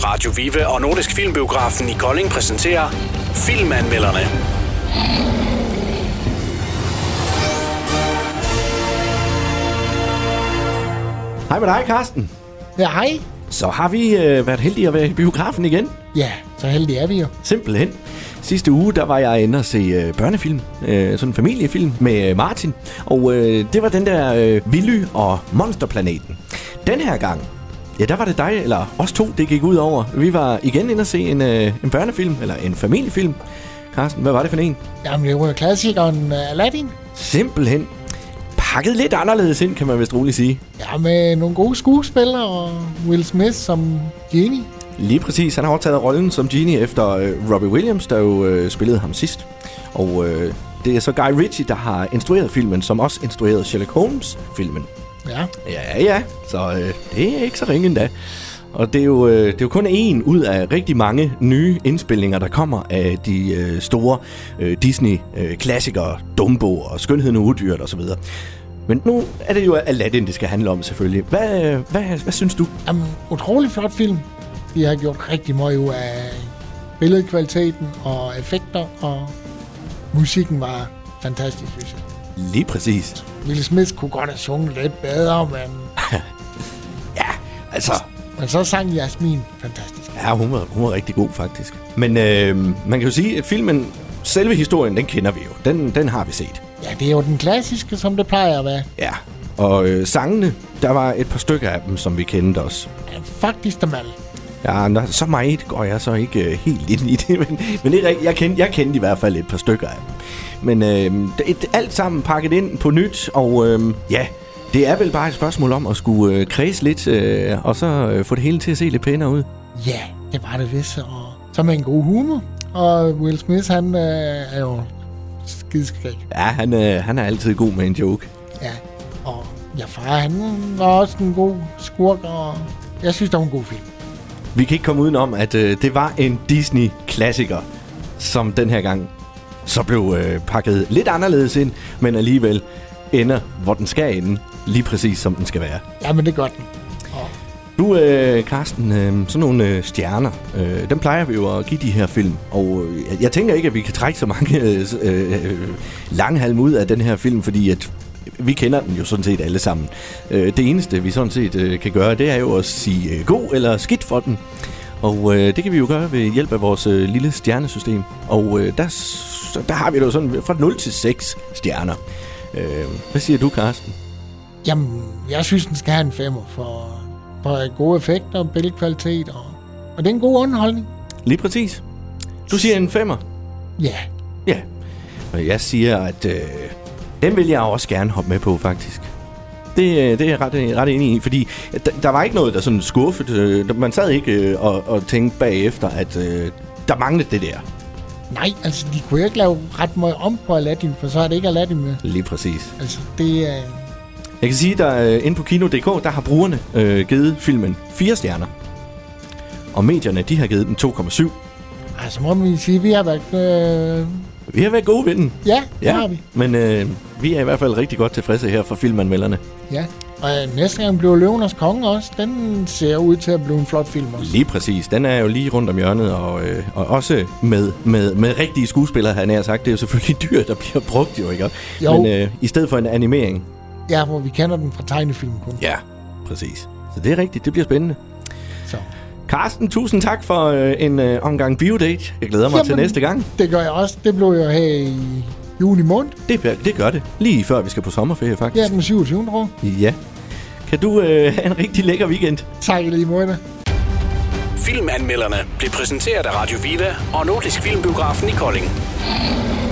Radio Vive og Nordisk Filmbiografen i Kolding præsenterer Filmanmelderne. Hej med dig, Carsten. Ja, hej. Så har vi været heldige at være i biografen igen. Ja, så heldige er vi jo. Simpelthen. Sidste uge, der var jeg inde og se børnefilm. Sådan en familiefilm med Martin. Og det var den der Willy og Monsterplaneten. Den her gang, ja, der var det dig, eller os to, det gik ud over. Vi var igen inde og se en børnefilm, eller en familiefilm. Carsten, hvad var det for en? Jamen, det var klassikeren Aladdin. Simpelthen. Pakket lidt anderledes ind, kan man vist roligt sige. Ja, med nogle gode skuespillere og Will Smith som Genie. Lige præcis. Han har overtaget rollen som Genie efter Robbie Williams, der jo spillede ham sidst. Og det er så Guy Ritchie, der har instrueret filmen, som også instruerede Sherlock Holmes-filmen. Ja. Ja. Så det er ikke så ringe endda. Og det er jo kun en ud af rigtig mange nye indspilninger, der kommer af de store Disney-klassikere, Dumbo og Skønheden og Udyret osv. Men nu er det jo Aladdin, det skal handle om selvfølgelig. Hvad synes du? Jamen, utrolig flot film. De har gjort rigtig meget ud af billedkvaliteten og effekter, og musikken var fantastisk, synes jeg. Lige præcis. Will Smith kunne godt have sunget lidt bedre, men... Ja, altså... Men så sang Jasmin fantastisk. Ja, hun var rigtig god, faktisk. Men man kan jo sige, at filmen, selve historien, den kender vi jo. Den har vi set. Ja, det er jo den klassiske, som det plejer at være. Ja, og sangene, der var et par stykker af dem, som vi kendte også. Ja, faktisk dem alle. Ja, så meget går jeg så ikke helt ind i det, men det er rigtigt. Jeg kendte i hvert fald et par stykker af dem. Men alt sammen pakket ind på nyt, og ja... Det er vel bare et spørgsmål om at skulle kredse lidt, og så få det hele til at se lidt pænere ud. Ja, det var det vist. Og så med en god humor. Og Will Smith, han er jo skideskæg. Ja, han er altid god med en joke. Ja, og far, han var også en god skurk, og jeg synes, det var en god film. Vi kan ikke komme udenom, at det var en Disney-klassiker, som den her gang så blev pakket lidt anderledes ind, men alligevel ender, hvor den skal ende, lige præcis som den skal være. Ja, men det gør den. Du, Carsten, sådan nogle stjerner, dem plejer vi jo at give de her film, og jeg tænker ikke, at vi kan trække så mange langhalm ud af den her film, fordi at vi kender den jo sådan set alle sammen. Det eneste, vi sådan set kan gøre, det er jo at sige god eller skidt for den, og det kan vi jo gøre ved hjælp af vores lille stjernesystem, og der har vi det jo sådan fra 0 til 6 stjerner. Hvad siger du, Carsten? Jamen, jeg synes, den skal have en 5'er for gode effekter og billedkvalitet, og det er en god underholdning. Lige præcis. Du siger en 5'er? Ja. Ja. Og jeg siger, at den vil jeg også gerne hoppe med på, faktisk. Det er jeg ret enig i, fordi der var ikke noget, der sådan skuffede. Man sad ikke og tænkte bagefter, at der manglede det der. Nej, altså de kunne ikke lave ret meget om på Aladdin, for så er det ikke Aladdin med. Lige præcis. Altså det er... Jeg kan sige, der inde på Kino.dk, der har brugerne givet filmen 4 stjerner. Og medierne, de har givet den 2,7. Altså må man sige, vi har været... Vi har været gode ved den. Ja, det har vi. Men vi er i hvert fald rigtig godt tilfredse her fra Filmanmelderne. Ja, og næste gang bliver Løvernes Konge også. Den ser ud til at blive en flot film også. Lige præcis. Den er jo lige rundt om hjørnet, og også med rigtige skuespillere, han har sagt. Det er jo selvfølgelig dyr, der bliver brugt jo, ikke? Jo. Men i stedet for en animering. Ja, hvor vi kender den fra tegnefilm kun. Ja, præcis. Så det er rigtigt. Det bliver spændende. Så. Carsten, tusind tak for en omgang biodate. Jeg glæder mig til næste gang. Det gør jeg også. Det blev jo her i juni måned. Det gør det. Lige før vi skal på sommerferie, faktisk. Ja, den 27. år. Ja. Kan du have en rigtig lækker weekend? Tak lige måde. Filmanmelderne blev præsenteret af Radio Vive og Nordisk Filmbiografen i Kolding.